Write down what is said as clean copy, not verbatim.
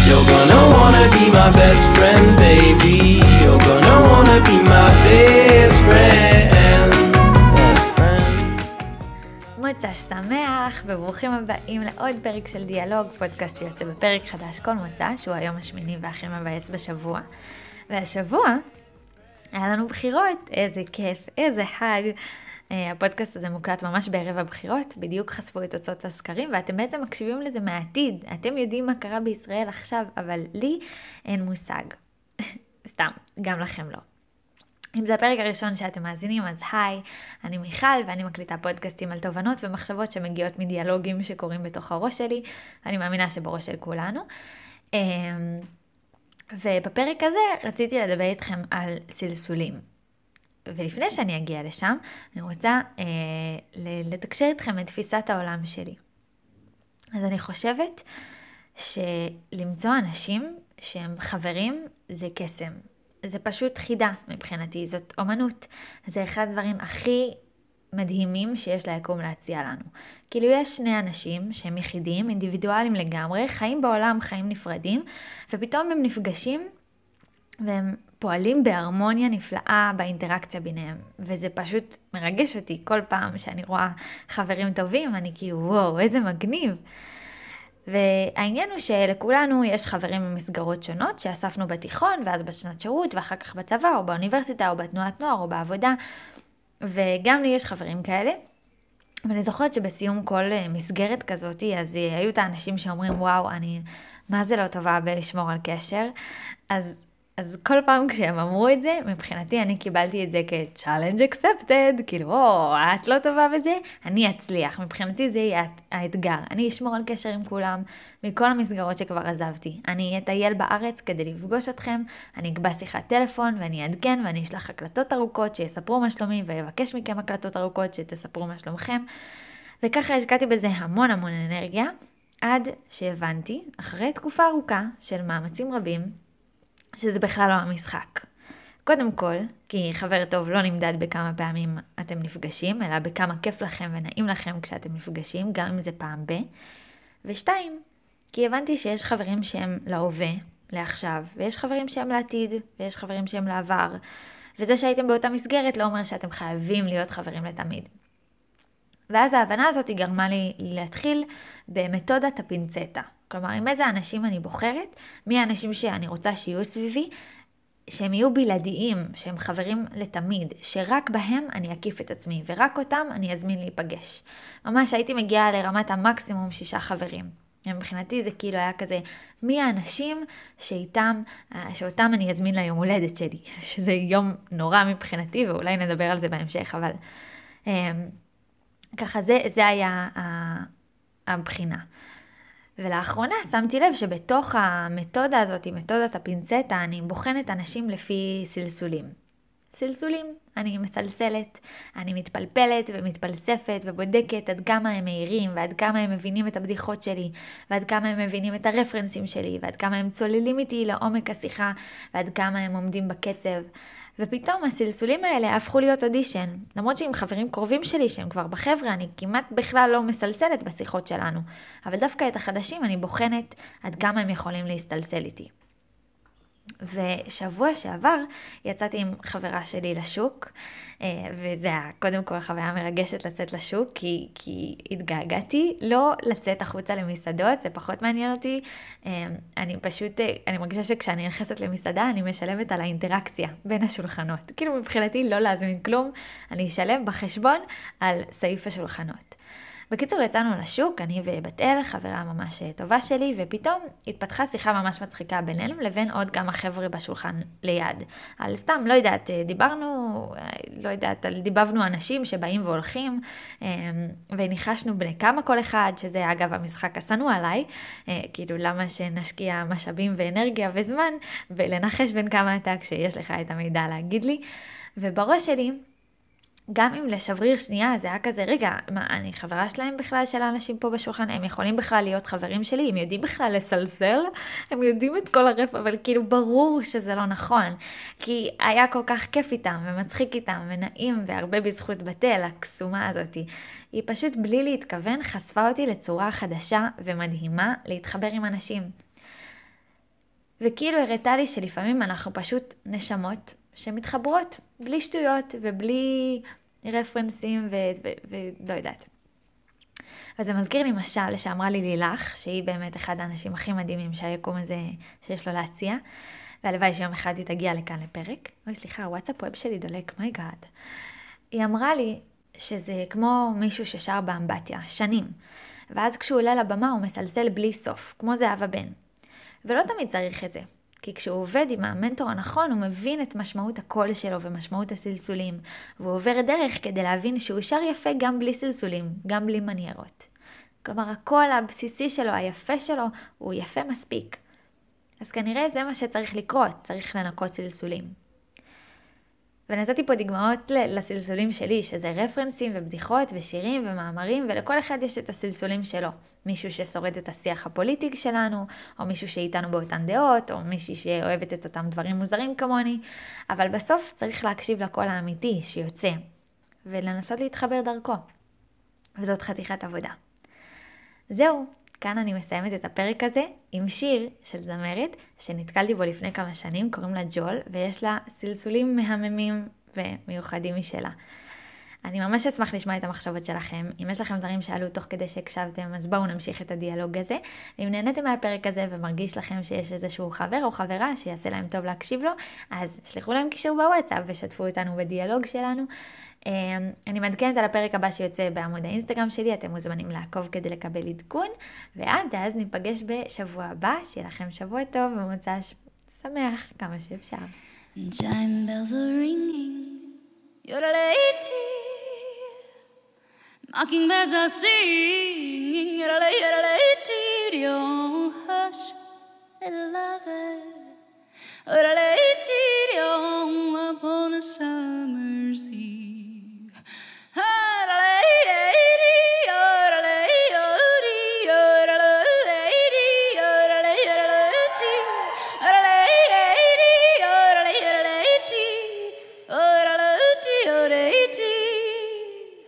You're gonna wanna be my best friend, baby. You're gonna wanna be my best friend. מוצ"ש שמח, וברוכים הבאים לעוד פרק של דיאלוג, פודקאסט שיוצא בפרק חדש כל מוצ"ש, שהוא היום השמיני והכי מבאס בשבוע. והשבוע היה לנו בחירות, איזה כיף, איזה חג. הפודקאסט הזה מוקלט ממש בערב הבחירות, בדיוק חשפו את תוצאות הסקרים, ואתם בעצם מקשיבים לזה מהעתיד. אתם יודעים מה קרה בישראל עכשיו, אבל לי אין מושג. סתם, גם לכם לא. אם זה הפרק הראשון שאתם מאזינים, אז היי, אני מיכל ואני מקליטה פודקאסטים על תובנות ומחשבות שמגיעות מדיאלוגים שקורים בתוך הראש שלי. אני מאמינה שבראש של כולנו. ובפרק הזה רציתי לדבר איתכם על סלסולים. ולפני שאני אגיע לשם, אני רוצה לתקשר איתכם את תפיסת העולם שלי. אז אני חושבת שלמצוא אנשים שהם חברים זה קסם. זה פשוט חידה מבחינתי, זאת אומנות. זה אחד הדברים הכי מדהימים שיש ליקום להציע לנו. כאילו יש שני אנשים שהם יחידים, אינדיבידואלים לגמרי, חיים בעולם, חיים נפרדים, ופתאום הם נפגשים והם פועלים בהרמוניה נפלאה באינטראקציה ביניהם. וזה פשוט מרגש אותי כל פעם שאני רואה חברים טובים, אני כאילו וואו, איזה מגניב. והעניין הוא שלכולנו יש חברים במסגרות שונות שאספנו בתיכון ואז בשנת שירות ואחר כך בצבא או באוניברסיטה או בתנועת נוער או בעבודה, וגם לי יש חברים כאלה. ואני זוכרת שבסיום כל מסגרת כזאת אז היו את האנשים שאומרים וואו, אני מה זה לא טובה בלשמור על קשר. אז כל פעם כשהם אמרו את זה, מבחינתי אני קיבלתי את זה כ-challenge accepted, כאילו, את לא טובה בזה, אני אצליח. מבחינתי זה יהיה האתגר. אני אשמור על קשר עם כולם, מכל המסגרות שכבר עזבתי. אני אטייל בארץ כדי לפגוש אתכם, אני אקבע שיחת טלפון ואני אעדכן ואני אשלח הקלטות ארוכות שיספרו מה שלומי, ויבקש מכם הקלטות ארוכות שתספרו מה שלומכם. וככה השקעתי בזה המון אנרגיה, עד שהבנתי, אחרי תקופה ארוכה של מאמצים רבים, שזה בכלל לא המשחק. קודם כל, כי חבר טוב לא נמדד בכמה פעמים אתם נפגשים, אלא בכמה כיף לכם ונעים לכם כשאתם נפגשים, גם אם זה פעם ב. ושתיים, כי הבנתי שיש חברים שהם להווה, לעכשיו, ויש חברים שהם לעתיד, ויש חברים שהם לעבר. וזה שהייתם באותה מסגרת לא אומר שאתם חייבים להיות חברים לתמיד. ואז ההבנה הזאת היא גרמה לי להתחיל במתודת הפינצטה. כלומר, עם איזה אנשים אני בוחרת, מי האנשים שאני רוצה שיהיו סביבי, שהם יהיו בלעדיים, שהם חברים לתמיד, שרק בהם אני אקיף את עצמי, ורק אותם אני אזמין להיפגש. ממש הייתי מגיעה לרמת המקסימום 6 חברים. מבחינתי זה כאילו היה כזה, מי האנשים שאותם אני אזמין ליום הולדת שלי, שזה יום נורא מבחינתי, ואולי נדבר על זה בהמשך, אבל ככה זה היה הבחינה. ולאחרונה שמתי לב שבתוך המתודה הזאת, מתודת הפינצטה, אני בוחנת אנשים לפי סלסולים. סלסולים, אני מסלסלת, אני מתפלפלת ומתפלספת ובודקת עד כמה הם מהירים ועד כמה הם מבינים את הבדיחות שלי ועד כמה הם מבינים את הרפרנסים שלי ועד כמה הם צוללים איתי לעומק השיחה ועד כמה הם עומדים בקצב. ופתאום הסלסולים האלה הפכו להיות אודישן, למרות שעם חברים קרובים שלי שהם כבר בחברה, אני כמעט בכלל לא מסלסלת בשיחות שלנו, אבל דווקא את החדשים אני בוחנת עד כמה הם יכולים להסתלסל איתי. ושבוע שעבר יצאתי עם חברה שלי לשוק, וזה היה קודם כל חוויה מרגשת לצאת לשוק, כי התגעגעתי לא לצאת החוצה למסעדות, זה פחות מעניין אותי. אני מרגישה שכשאני נכנסת למסעדה אני משלמת על האינטראקציה בין השולחנות. כאילו מבחינתי לא להזמין כלום, אני אשלם בחשבון על סעיף השולחנות. בקיצור יצאנו לשוק, אני ובת אל, חברה ממש טובה שלי, ופתאום התפתחה שיחה ממש מצחיקה בינינו לבין עוד כמה חבר'ה בשולחן ליד. על סתם, לא יודעת, דיבבנו אנשים שבאים והולכים, וניחשנו בני כמה כל אחד, שזה אגב המשחק השנוא עליי, כאילו למה שנשקיע משאבים ואנרגיה וזמן, ולנחש בין כמה אתה כשיש לך את המידע להגיד לי. ובראש שלי, גם אם לשבריר שנייה זה היה כזה, רגע, מה, אני חברה שלהם בכלל של האנשים פה בשולחן, הם יכולים בכלל להיות חברים שלי, הם יודעים בכלל לסלסל, הם יודעים את כל הרף, אבל כאילו ברור שזה לא נכון, כי היה כל כך כיף איתם ומצחיק איתם ונעים, והרבה בזכות בתל, הקסומה הזאת, היא פשוט בלי להתכוון חשפה אותי לצורה חדשה ומדהימה להתחבר עם אנשים. וכאילו הראתה לי שלפעמים אנחנו פשוט נשמות שמתחברות, בלי שטויות ובלי רפרנסים ולא יודעת. וזה מזכיר לי משל שאמרה לי לילך, שהיא באמת אחד האנשים הכי מדהימים שהיקום הזה שיש לו להציע, והלוואי שיום אחד היא תגיע לכאן לפרק. אוי סליחה, הוואטסאפ ווב שלי דולק, מי גאד. היא אמרה לי שזה כמו מישהו ששר באמבטיה, שנים, ואז כשהוא עולה לבמה הוא מסלסל בלי סוף, כמו זהבה בן. ולא תמיד צריך את זה, כי כשהוא עובד עם המנטור הנכון הוא מבין את משמעות הקול שלו ומשמעות הסלסולים, והוא עובר דרך כדי להבין שהוא שר יפה גם בלי סלסולים, גם בלי מניירות. כלומר הקול הבסיסי שלו, היפה שלו, הוא יפה מספיק. אז כנראה זה מה שצריך לקרות, צריך לנקות סלסולים. ונתתי פה דוגמאות לסלסולים שלי, שזה רפרנסים ובדיחות ושירים ומאמרים, ולכל אחד יש את הסלסולים שלו. מישהו ששורד את השיח הפוליטי שלנו, או מישהו שאיתנו באותן דעות, או מישהי שאוהבת את אותם דברים מוזרים כמוני, אבל בסוף צריך להקשיב לקול האמיתי שיוצא, ולנסות להתחבר דרכו. וזאת חתיכת עבודה. זהו, כאן אני מסיימת את הפרק הזה עם שיר של זמרת שנתקלתי בו לפני כמה שנים, קוראים לה ג'ול, ויש לה סלסולים מהממים ומיוחדים משלה. אני ממש אשמח לשמוע את המחשבות שלכם. אם יש לכם דברים שעלו תוך כדי שהקשבתם, אז בואו נמשיך את הדיאלוג הזה. ואם נהניתם מהפרק הזה ומרגיש לכם שיש איזשהו חבר או חברה שיעשה להם טוב להקשיב לו, אז שלחו להם קישור בוואטסאפ ושתפו אותנו בדיאלוג שלנו. אני מעדכנת על הפרק הבא שיוצא בעמוד האינסטגרם שלי, אתם מוזמנים לעקוב כדי לקבל עדכון, ועד אז ניפגש בשבוע הבא, שיהיה לכם שבוע טוב ומוצא שמח כמה שאפשר. Chime bells are ringing, yodelay-tee. Mockingbirds are singing, yodelay-yodelay-tee. Oh, hush, little lover, yodelay.